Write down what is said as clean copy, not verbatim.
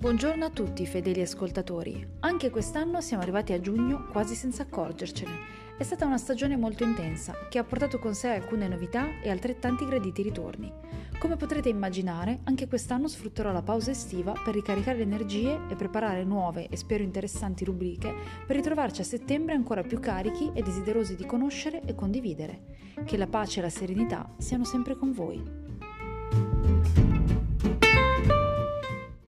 Buongiorno a tutti fedeli ascoltatori. Anche quest'anno siamo arrivati a giugno quasi senza accorgercene. È stata una stagione molto intensa che ha portato con sé alcune novità e altrettanti graditi ritorni. Come potrete immaginare, anche quest'anno sfrutterò la pausa estiva per ricaricare le energie e preparare nuove e spero interessanti rubriche per ritrovarci a settembre ancora più carichi e desiderosi di conoscere e condividere. Che la pace e la serenità siano sempre con voi.